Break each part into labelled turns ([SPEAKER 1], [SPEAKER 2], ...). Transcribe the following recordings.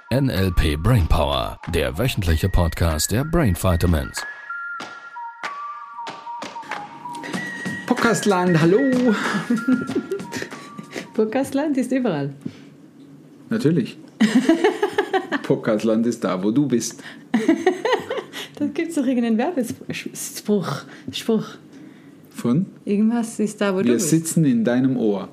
[SPEAKER 1] NLP Brainpower, der wöchentliche Podcast der Brain Vitamins.
[SPEAKER 2] Podcastland, hallo!
[SPEAKER 3] Podcastland ist überall.
[SPEAKER 2] Natürlich. Podcastland ist da, wo du bist.
[SPEAKER 3] Da gibt es doch irgendeinen Werbespruch.
[SPEAKER 2] Von?
[SPEAKER 3] Irgendwas ist da, wo du
[SPEAKER 2] Wir
[SPEAKER 3] bist.
[SPEAKER 2] sitzen in deinem Ohr.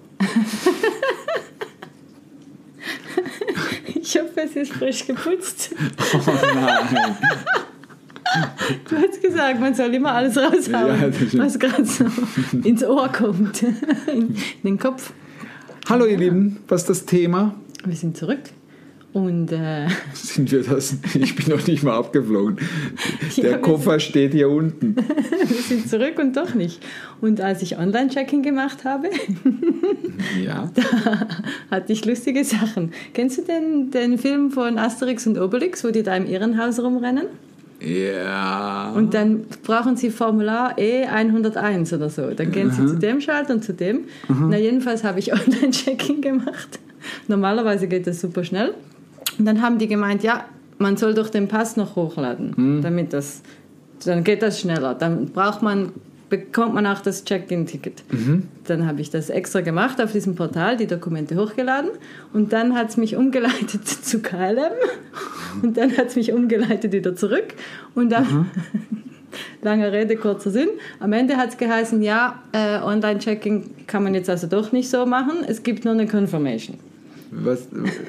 [SPEAKER 3] Ich hoffe, es ist frisch geputzt.
[SPEAKER 2] Oh nein.
[SPEAKER 3] Du hast gesagt, man soll immer alles raushauen,
[SPEAKER 2] Ja, das stimmt.
[SPEAKER 3] was gerade so ins Ohr kommt, in den Kopf.
[SPEAKER 2] Hallo ihr Lieben, was ist das Thema?
[SPEAKER 3] Wir sind zurück und
[SPEAKER 2] Sind wir das? Ich bin noch nicht mal abgeflogen.
[SPEAKER 3] Ja,
[SPEAKER 2] Der
[SPEAKER 3] wir
[SPEAKER 2] Koffer steht hier unten.
[SPEAKER 3] wir sind zurück und doch nicht. Und als ich Online-Checking gemacht habe,
[SPEAKER 2] Ja.
[SPEAKER 3] hatte ich lustige Sachen. Kennst du den Film von Asterix und Obelix, wo die da im Irrenhaus rumrennen?
[SPEAKER 2] Ja.
[SPEAKER 3] Und dann brauchen sie Formular E101 oder so. Dann gehen sie zu dem Schalter und zu dem. Na, jedenfalls habe ich Online-Checking gemacht. Normalerweise geht das super schnell. Und dann haben die gemeint, ja, man soll doch den Pass noch hochladen, dann geht das schneller. Dann bekommt man auch das Check-in-Ticket. Dann habe ich das extra gemacht auf diesem Portal, die Dokumente hochgeladen. Und dann hat es mich umgeleitet zu KLM. Und dann hat es mich umgeleitet wieder zurück. Und dann, lange Rede, kurzer Sinn, am Ende hat es geheißen, ja, Online-Checking kann man jetzt also doch nicht so machen. Es gibt nur eine Confirmation.
[SPEAKER 2] Was?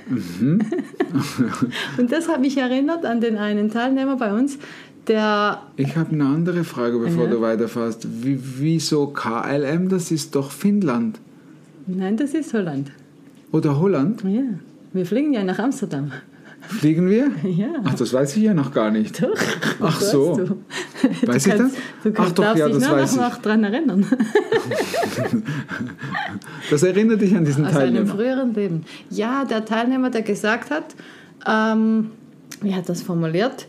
[SPEAKER 3] Und das hat mich erinnert an den einen Teilnehmer bei uns, der...
[SPEAKER 2] Ich habe eine andere Frage, bevor du weiterfährst. Wieso KLM? Das ist doch Finnland.
[SPEAKER 3] Nein, das ist Holland.
[SPEAKER 2] Oder Holland?
[SPEAKER 3] Ja, wir fliegen ja nach Amsterdam.
[SPEAKER 2] Fliegen wir?
[SPEAKER 3] Ja.
[SPEAKER 2] Ach, das weiß ich ja noch gar nicht.
[SPEAKER 3] Doch.
[SPEAKER 2] Ach
[SPEAKER 3] das
[SPEAKER 2] so.
[SPEAKER 3] weißt du.
[SPEAKER 2] Weiß ich das?
[SPEAKER 3] Du
[SPEAKER 2] Ach doch,
[SPEAKER 3] darfst
[SPEAKER 2] ja,
[SPEAKER 3] dich
[SPEAKER 2] das
[SPEAKER 3] nur
[SPEAKER 2] weiß ich.
[SPEAKER 3] noch daran erinnern.
[SPEAKER 2] Das erinnert dich an diesen
[SPEAKER 3] Aus einem
[SPEAKER 2] Teilnehmer.
[SPEAKER 3] früheren Leben. Ja, der Teilnehmer, der gesagt hat, wie hat das formuliert?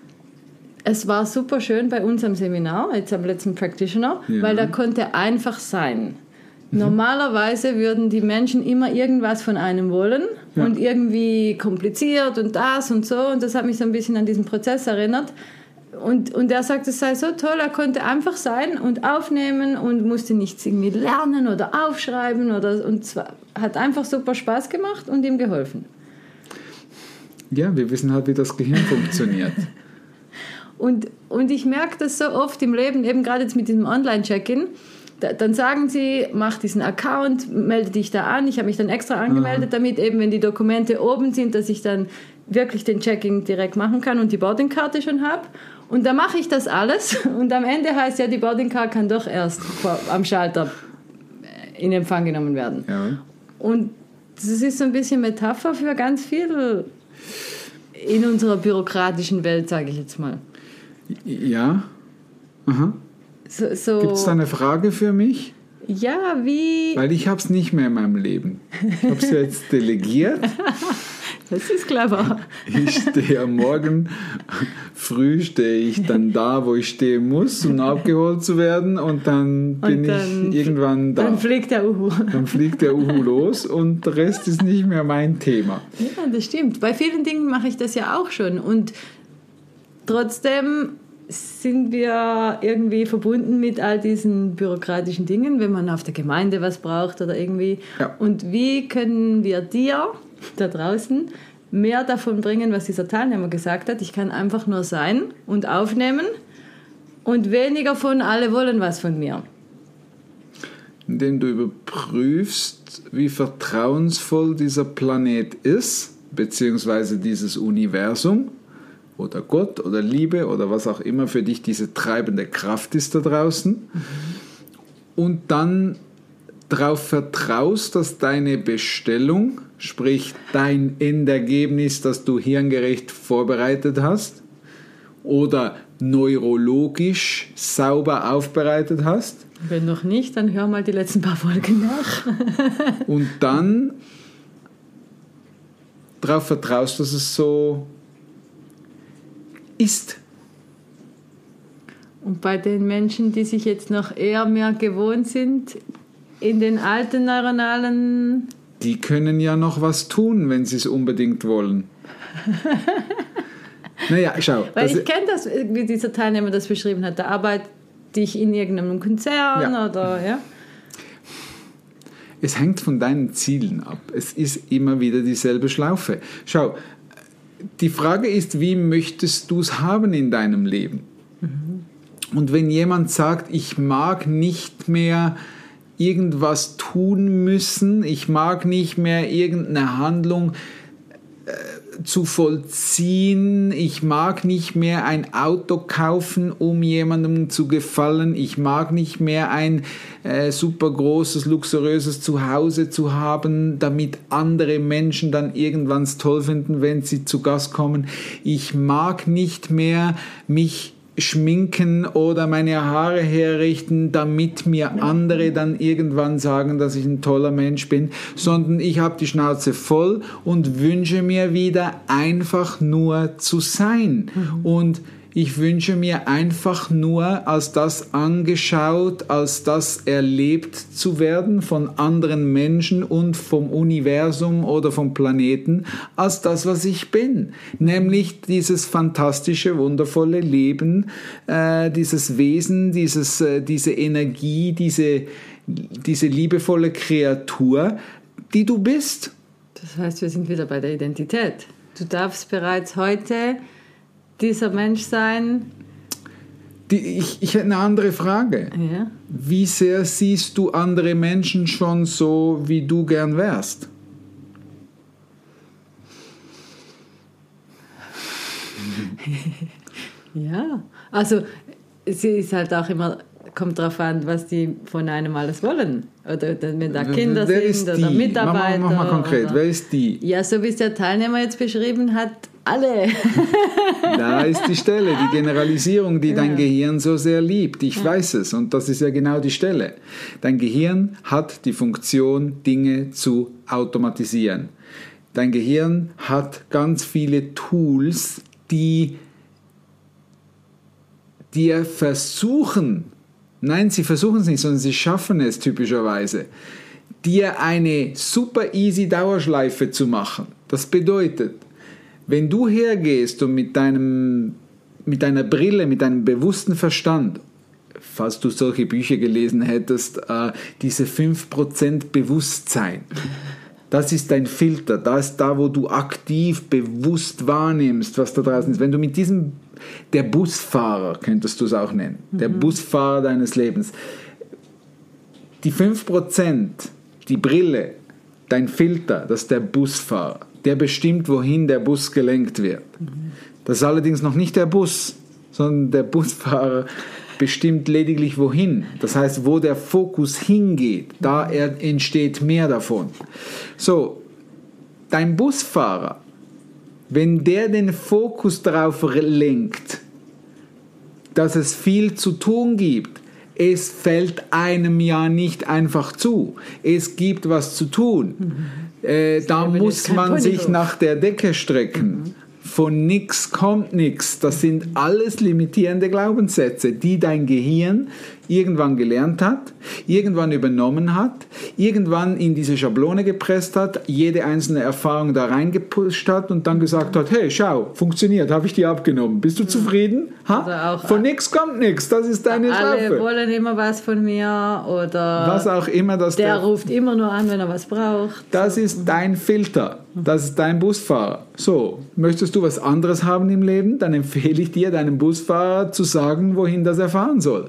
[SPEAKER 3] Es war super schön bei uns am Seminar, jetzt am letzten Practitioner,
[SPEAKER 2] Ja.
[SPEAKER 3] weil da konnte einfach sein. Normalerweise würden die Menschen immer irgendwas von einem wollen und irgendwie kompliziert und das und so. Und das hat mich so ein bisschen an diesen Prozess erinnert. Und er sagt, es sei so toll, er konnte einfach sein und aufnehmen und musste nichts irgendwie lernen oder aufschreiben. Und zwar hat einfach super Spaß gemacht und ihm geholfen.
[SPEAKER 2] Ja, wir wissen halt, wie das Gehirn funktioniert.
[SPEAKER 3] Und ich merke das so oft im Leben, eben gerade jetzt mit diesem Online-Check-In. Dann sagen sie, mach diesen Account, melde dich da an. Ich habe mich dann extra angemeldet, damit eben, wenn die Dokumente oben sind, dass ich dann wirklich den Check-in direkt machen kann und die Boardingkarte schon habe. Und dann mache ich das alles und am Ende heißt ja, die Boardingkarte kann doch erst am Schalter in Empfang genommen werden.
[SPEAKER 2] Ja.
[SPEAKER 3] Und das ist so ein bisschen Metapher für ganz viel in unserer bürokratischen Welt, sage ich jetzt mal.
[SPEAKER 2] Ja? Aha.
[SPEAKER 3] So,
[SPEAKER 2] Gibt es da eine Frage für mich?
[SPEAKER 3] ja, wie...
[SPEAKER 2] Weil ich habe es nicht mehr in meinem Leben. Ich habe es jetzt delegiert.
[SPEAKER 3] Das ist clever.
[SPEAKER 2] Ich stehe am Morgen früh, stehe ich dann da, wo ich stehen muss, um abgeholt zu werden. Und dann bin ich irgendwann da.
[SPEAKER 3] Dann fliegt der Uhu.
[SPEAKER 2] Dann fliegt der Uhu los und der Rest ist nicht mehr mein Thema.
[SPEAKER 3] Ja, das stimmt. Bei vielen Dingen mache ich das ja auch schon. Und trotzdem sind wir irgendwie verbunden mit all diesen bürokratischen Dingen, wenn man auf der Gemeinde was braucht oder irgendwie.
[SPEAKER 2] Ja.
[SPEAKER 3] Und wie können wir dir da draußen mehr davon bringen, was dieser Teilnehmer gesagt hat? Ich kann einfach nur sein und aufnehmen und weniger von alle wollen was von mir.
[SPEAKER 2] Indem du überprüfst, wie vertrauensvoll dieser Planet ist, beziehungsweise dieses Universum oder Gott oder Liebe oder was auch immer für dich diese treibende Kraft ist da draußen. Und dann darauf vertraust, dass deine Bestellung, sprich dein Endergebnis, das du hirngerecht vorbereitet hast oder neurologisch sauber aufbereitet hast.
[SPEAKER 3] Wenn noch nicht, dann hör mal die letzten paar Folgen nach.
[SPEAKER 2] Und dann darauf vertraust, dass es so ist.
[SPEAKER 3] Und bei den Menschen, die sich jetzt noch eher mehr gewohnt sind, in den alten neuronalen...
[SPEAKER 2] Die können ja noch was tun, wenn sie es unbedingt wollen. Naja, schau.
[SPEAKER 3] Weil ich kenne das, wie dieser Teilnehmer das beschrieben hat. Da arbeite ich in irgendeinem Konzern oder, ja.
[SPEAKER 2] Es hängt von deinen Zielen ab. Es ist immer wieder dieselbe Schlaufe. Schau, die Frage ist, wie möchtest du es haben in deinem Leben? Und wenn jemand sagt, ich mag nicht mehr irgendwas tun müssen, ich mag nicht mehr irgendeine Handlung zu vollziehen, ich mag nicht mehr ein Auto kaufen, um jemandem zu gefallen, ich mag nicht mehr ein super großes, luxuriöses Zuhause zu haben, damit andere Menschen dann irgendwann es toll finden, wenn sie zu Gast kommen, ich mag nicht mehr mich schminken oder meine Haare herrichten, damit mir andere dann irgendwann sagen, dass ich ein toller Mensch bin, sondern ich habe die Schnauze voll und wünsche mir wieder einfach nur zu sein. Und ich wünsche mir einfach nur, als das angeschaut, als das erlebt zu werden von anderen Menschen und vom Universum oder vom Planeten, als das, was ich bin. Nämlich dieses fantastische, wundervolle Leben, dieses Wesen, diese Energie, diese liebevolle Kreatur, die du bist.
[SPEAKER 3] Das heißt, wir sind wieder bei der Identität. Du darfst bereits heute dieser Mensch sein.
[SPEAKER 2] Ich hätte eine andere Frage.
[SPEAKER 3] Ja.
[SPEAKER 2] Wie sehr siehst du andere Menschen schon so, wie du gern wärst?
[SPEAKER 3] Ja, also sie ist halt auch immer, kommt darauf an, was die von einem alles wollen. Oder wenn da Kinder sind oder Mitarbeiter.
[SPEAKER 2] Mach mal konkret,
[SPEAKER 3] oder,
[SPEAKER 2] wer ist die?
[SPEAKER 3] Ja, so wie es der Teilnehmer jetzt beschrieben hat, alle.
[SPEAKER 2] Da ist die Stelle, die Generalisierung, die dein Gehirn so sehr liebt. Ich weiß es und das ist ja genau die Stelle. Dein Gehirn hat die Funktion, Dinge zu automatisieren. Dein Gehirn hat ganz viele Tools, die dir versuchen, nein, sie versuchen es nicht, sondern sie schaffen es typischerweise, dir eine super easy Dauerschleife zu machen. Das bedeutet, wenn du hergehst und mit deiner Brille, mit deinem bewussten Verstand, falls du solche Bücher gelesen hättest, diese 5% Bewusstsein, das ist dein Filter, das ist da, wo du aktiv, bewusst wahrnimmst, was da draußen ist. Wenn du mit diesem, der Busfahrer, könntest du es auch nennen, der Busfahrer deines Lebens, die 5%, die Brille, dein Filter, das ist der Busfahrer, der bestimmt, wohin der Bus gelenkt wird. Das ist allerdings noch nicht der Bus, sondern der Busfahrer bestimmt lediglich wohin. Das heißt, wo der Fokus hingeht, da entsteht mehr davon. So, dein Busfahrer, wenn der den Fokus darauf lenkt, dass es viel zu tun gibt, es fällt einem ja nicht einfach zu. Es gibt was zu tun. Da muss man sich nach der Decke strecken. Von nix kommt nix. Das sind alles limitierende Glaubenssätze, die dein Gehirn irgendwann gelernt hat, irgendwann übernommen hat, irgendwann in diese Schablone gepresst hat, jede einzelne Erfahrung da reingepusht hat und dann gesagt hat, hey, schau, funktioniert, habe ich dir abgenommen. Bist du zufrieden? Von nix kommt nix, das ist deine
[SPEAKER 3] Alle
[SPEAKER 2] Schlaufe.
[SPEAKER 3] wollen immer was von mir oder
[SPEAKER 2] was auch immer,
[SPEAKER 3] der ruft immer nur an, wenn er was braucht.
[SPEAKER 2] Das ist dein Filter, das ist dein Busfahrer. So, möchtest du was anderes haben im Leben, dann empfehle ich dir, deinem Busfahrer zu sagen, wohin das er fahren soll.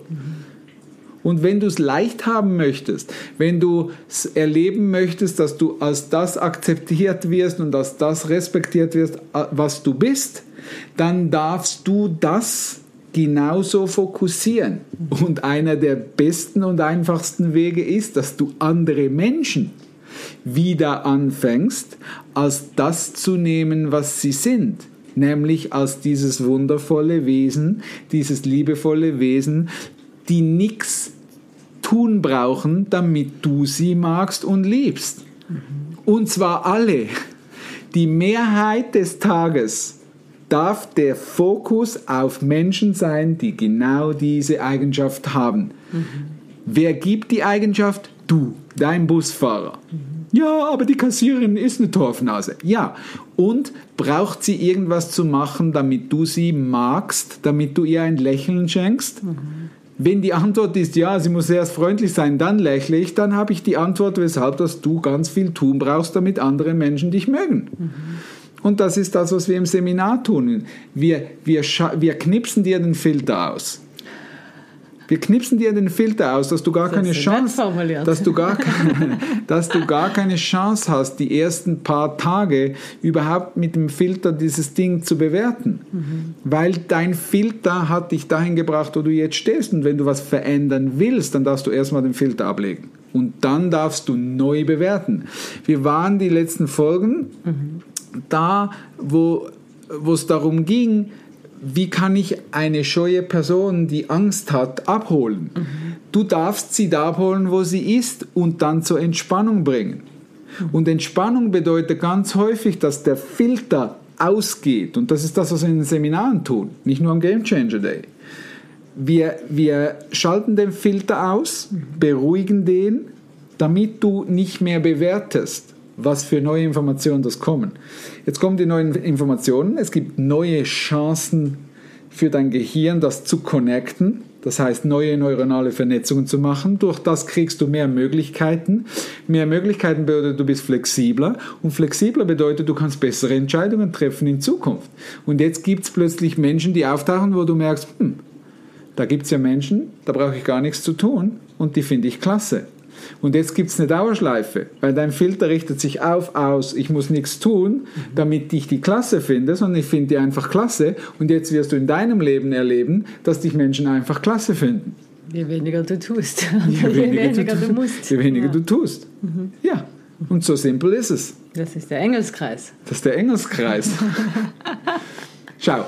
[SPEAKER 2] Und wenn du es leicht haben möchtest, wenn du es erleben möchtest, dass du als das akzeptiert wirst und als das respektiert wirst, was du bist, dann darfst du das genauso fokussieren. Und einer der besten und einfachsten Wege ist, dass du andere Menschen wieder anfängst, als das zu nehmen, was sie sind. Nämlich als dieses wundervolle Wesen, dieses liebevolle Wesen, die nichts tun brauchen, damit du sie magst und liebst. Und zwar alle. Die Mehrheit des Tages darf der Fokus auf Menschen sein, die genau diese Eigenschaft haben. Wer gibt die Eigenschaft? Du, dein Busfahrer. Ja, aber die Kassiererin ist eine Torfnase. Ja, und braucht sie irgendwas zu machen, damit du sie magst, damit du ihr ein Lächeln schenkst? Wenn die Antwort ist, ja, sie muss erst freundlich sein, dann lächle ich, dann habe ich die Antwort, weshalb dass du ganz viel tun brauchst, damit andere Menschen dich mögen. Und das ist das, was wir im Seminar tun. Wir knipsen dir den Filter aus. Wir knipsen dir den Filter aus, dass du gar keine Chance, dass du gar keine Chance hast, die ersten paar Tage überhaupt mit dem Filter dieses Ding zu bewerten. Weil dein Filter hat dich dahin gebracht, wo du jetzt stehst. Und wenn du was verändern willst, dann darfst du erstmal den Filter ablegen. Und dann darfst du neu bewerten. Wir waren die letzten Folgen da, wo es darum ging, wie kann ich eine scheue Person, die Angst hat, abholen? Du darfst sie da abholen, wo sie ist und dann zur Entspannung bringen. Und Entspannung bedeutet ganz häufig, dass der Filter ausgeht. Und das ist das, was wir in den Seminaren tun, nicht nur am Game Changer Day. Wir schalten den Filter aus, beruhigen den, damit du nicht mehr bewertest, was für neue Informationen das kommen. Jetzt kommen die neuen Informationen, es gibt neue Chancen für dein Gehirn, das zu connecten, das heißt neue neuronale Vernetzungen zu machen. Durch das kriegst du mehr Möglichkeiten. Mehr Möglichkeiten bedeutet, du bist flexibler und flexibler bedeutet, du kannst bessere Entscheidungen treffen in Zukunft. Und jetzt gibt es plötzlich Menschen, die auftauchen, wo du merkst, da gibt es ja Menschen, da brauche ich gar nichts zu tun und die finde ich klasse. Und jetzt gibt es eine Dauerschleife, weil dein Filter richtet sich aus, ich muss nichts tun, damit ich die klasse finde, sondern ich finde die einfach klasse. Und jetzt wirst du in deinem Leben erleben, dass dich Menschen einfach klasse finden.
[SPEAKER 3] Je weniger du tust, je weniger du musst.
[SPEAKER 2] Je weniger du tust. Ja, und so simpel ist es.
[SPEAKER 3] Das ist der Engelskreis.
[SPEAKER 2] Das ist der Engelskreis. Schau,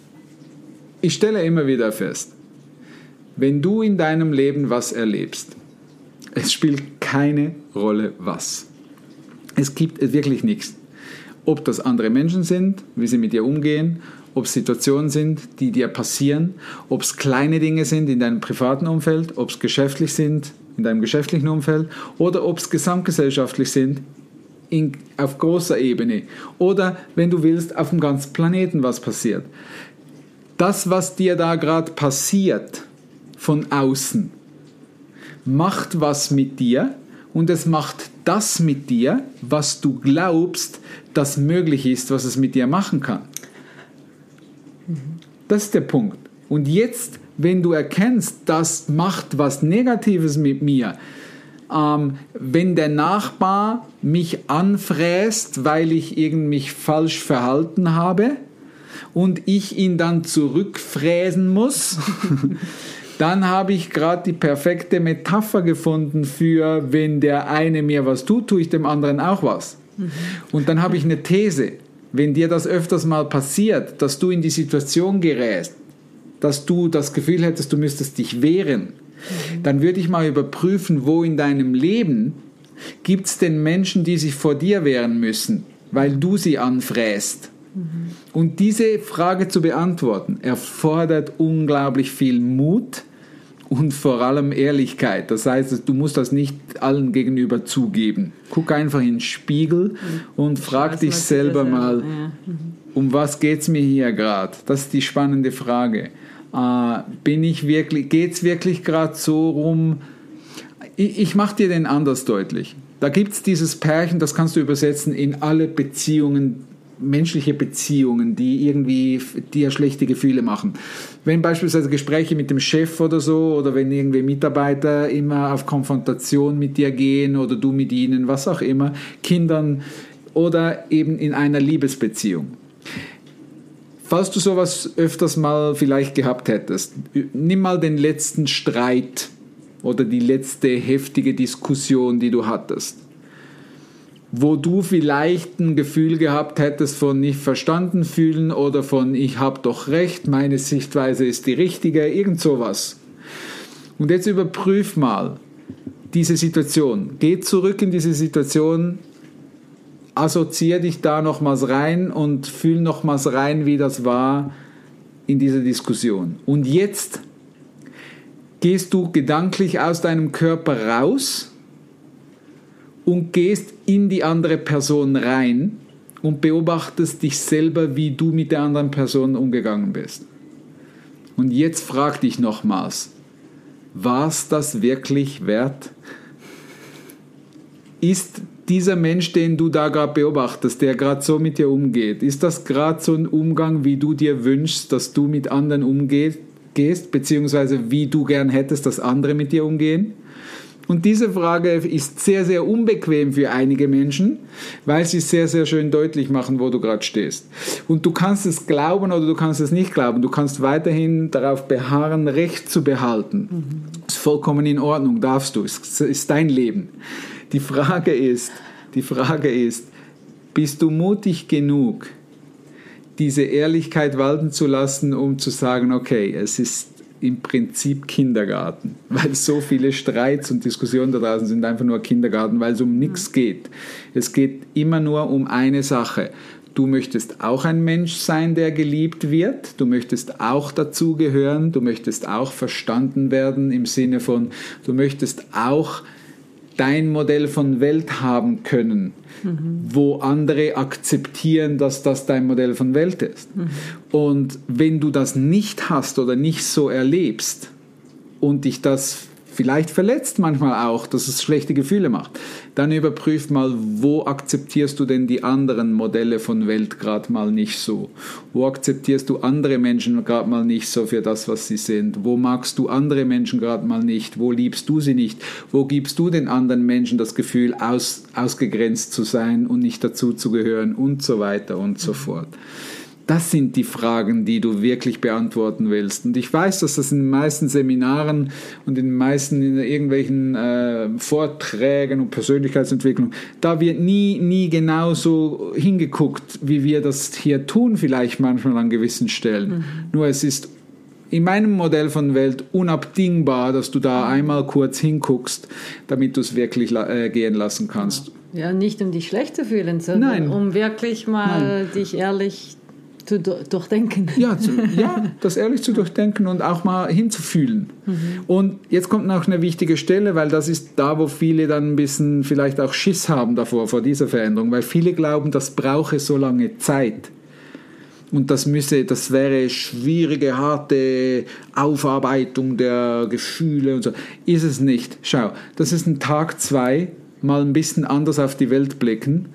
[SPEAKER 2] ich stelle immer wieder fest, wenn du in deinem Leben was erlebst, es spielt keine Rolle, was. Es gibt wirklich nichts. Ob das andere Menschen sind, wie sie mit dir umgehen, ob es Situationen sind, die dir passieren, ob es kleine Dinge sind in deinem privaten Umfeld, ob es geschäftlich sind in deinem geschäftlichen Umfeld oder ob es gesamtgesellschaftlich sind auf großer Ebene oder, wenn du willst, auf dem ganzen Planeten was passiert. Das, was dir da gerade passiert von außen, macht was mit dir und es macht das mit dir, was du glaubst, dass möglich ist, was es mit dir machen kann. Das ist der Punkt. Und jetzt, wenn du erkennst, das macht was Negatives mit mir, wenn der Nachbar mich anfräst, weil ich mich falsch verhalten habe und ich ihn dann zurückfräsen muss, dann habe ich gerade die perfekte Metapher gefunden für, wenn der eine mir was tut, tue ich dem anderen auch was. Und dann habe ich eine These. Wenn dir das öfters mal passiert, dass du in die Situation gerätst, dass du das Gefühl hättest, du müsstest dich wehren, dann würde ich mal überprüfen, wo in deinem Leben gibt es denn Menschen, die sich vor dir wehren müssen, weil du sie anfräst. Und diese Frage zu beantworten, erfordert unglaublich viel Mut und vor allem Ehrlichkeit. Das heißt, du musst das nicht allen gegenüber zugeben. Guck einfach in den Spiegel und frag dich selber mal, um was geht es mir hier gerade? Das ist die spannende Frage. Geht es wirklich gerade so rum? Ich mache dir den anders deutlich. Da gibt es dieses Pärchen, das kannst du übersetzen in alle Beziehungen, menschliche Beziehungen, die irgendwie dir schlechte Gefühle machen. Wenn beispielsweise Gespräche mit dem Chef oder so, oder wenn irgendwie Mitarbeiter immer auf Konfrontation mit dir gehen oder du mit ihnen, was auch immer, Kindern oder eben in einer Liebesbeziehung. Falls du sowas öfters mal vielleicht gehabt hättest, nimm mal den letzten Streit oder die letzte heftige Diskussion, die du hattest, wo du vielleicht ein Gefühl gehabt hättest von nicht verstanden fühlen oder von ich habe doch recht, meine Sichtweise ist die richtige, irgend sowas. Und jetzt überprüf mal diese Situation. Geh zurück in diese Situation, assoziier dich da nochmals rein und fühl nochmals rein, wie das war in dieser Diskussion. Und jetzt gehst du gedanklich aus deinem Körper raus und gehst in die andere Person rein und beobachtest dich selber, wie du mit der anderen Person umgegangen bist. Und jetzt frag dich nochmals, war es das wirklich wert? Ist dieser Mensch, den du da gerade beobachtest, der gerade so mit dir umgeht, ist das gerade so ein Umgang, wie du dir wünschst, dass du mit anderen umgehst, beziehungsweise wie du gern hättest, dass andere mit dir umgehen? Und diese Frage ist sehr, sehr unbequem für einige Menschen, weil sie sehr, sehr schön deutlich machen, wo du gerade stehst. Und du kannst es glauben oder du kannst es nicht glauben. Du kannst weiterhin darauf beharren, Recht zu behalten. Ist vollkommen in Ordnung, darfst du. Es ist dein Leben. Die Frage ist, bist du mutig genug, diese Ehrlichkeit walten zu lassen, um zu sagen, okay, es ist im Prinzip Kindergarten, weil so viele Streits und Diskussionen da draußen sind einfach nur Kindergarten, weil es um nichts geht. Es geht immer nur um eine Sache. Du möchtest auch ein Mensch sein, der geliebt wird. Du möchtest auch dazugehören. Du möchtest auch verstanden werden im Sinne von, du möchtest auch dein Modell von Welt haben können, wo andere akzeptieren, dass das dein Modell von Welt ist. Und wenn du das nicht hast oder nicht so erlebst und dich das vielleicht verletzt manchmal auch, dass es schlechte Gefühle macht, dann überprüf mal, wo akzeptierst du denn die anderen Modelle von Welt gerade mal nicht so? Wo akzeptierst du andere Menschen gerade mal nicht so für das, was sie sind? Wo magst du andere Menschen gerade mal nicht? Wo liebst du sie nicht? Wo gibst du den anderen Menschen das Gefühl, ausgegrenzt zu sein und nicht dazu zu gehören und so weiter und so fort? Das sind die Fragen, die du wirklich beantworten willst. Und ich weiß, dass das in den meisten Seminaren und in irgendwelchen Vorträgen und Persönlichkeitsentwicklung, da wird nie genau so hingeguckt, wie wir das hier tun, vielleicht manchmal an gewissen Stellen. Nur es ist in meinem Modell von Welt unabdingbar, dass du da einmal kurz hinguckst, damit du es wirklich gehen lassen kannst.
[SPEAKER 3] Ja, nicht um dich schlecht zu fühlen, sondern um wirklich mal dich ehrlich zu durchdenken.
[SPEAKER 2] Ja, das ehrlich zu durchdenken und auch mal hinzufühlen. Und jetzt kommt noch eine wichtige Stelle, weil das ist da, wo viele dann ein bisschen vielleicht auch Schiss haben vor dieser Veränderung, weil viele glauben, das brauche so lange Zeit. Und das wäre schwierige, harte Aufarbeitung der Gefühle und so. Ist es nicht. Schau, das ist ein Tag, 2, mal ein bisschen anders auf die Welt blicken.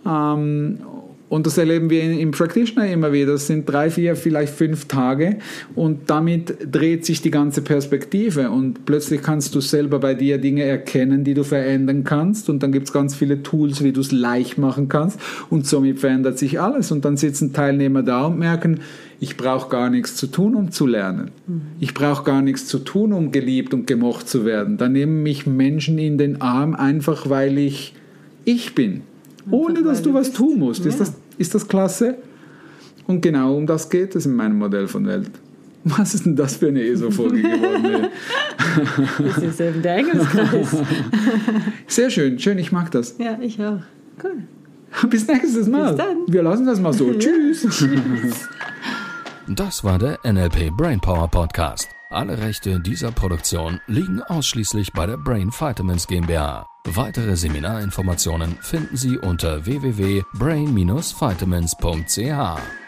[SPEAKER 2] Und das erleben wir im Practitioner immer wieder. Das sind 3, 4, vielleicht 5 Tage und damit dreht sich die ganze Perspektive und plötzlich kannst du selber bei dir Dinge erkennen, die du verändern kannst und dann gibt es ganz viele Tools, wie du es leicht machen kannst und somit verändert sich alles und dann sitzen Teilnehmer da und merken, ich brauche gar nichts zu tun, um zu lernen. Ich brauche gar nichts zu tun, um geliebt und gemocht zu werden. Da nehmen mich Menschen in den Arm, einfach weil ich bin. Ohne dass du was tun musst. Ja. Ist das klasse? Und genau um das geht es in meinem Modell von Welt. Was ist denn das für eine ESO-Folge geworden?
[SPEAKER 3] Das ist eben der Engelskreis.
[SPEAKER 2] Sehr schön, ich mag das.
[SPEAKER 3] Ja, ich auch. Cool.
[SPEAKER 2] Bis nächstes Mal.
[SPEAKER 3] Bis dann.
[SPEAKER 2] Wir lassen das mal so. Tschüss.
[SPEAKER 1] Das war der NLP Brainpower Podcast. Alle Rechte dieser Produktion liegen ausschließlich bei der Brain Vitamins GmbH. Weitere Seminarinformationen finden Sie unter www.brain-vitamins.ch.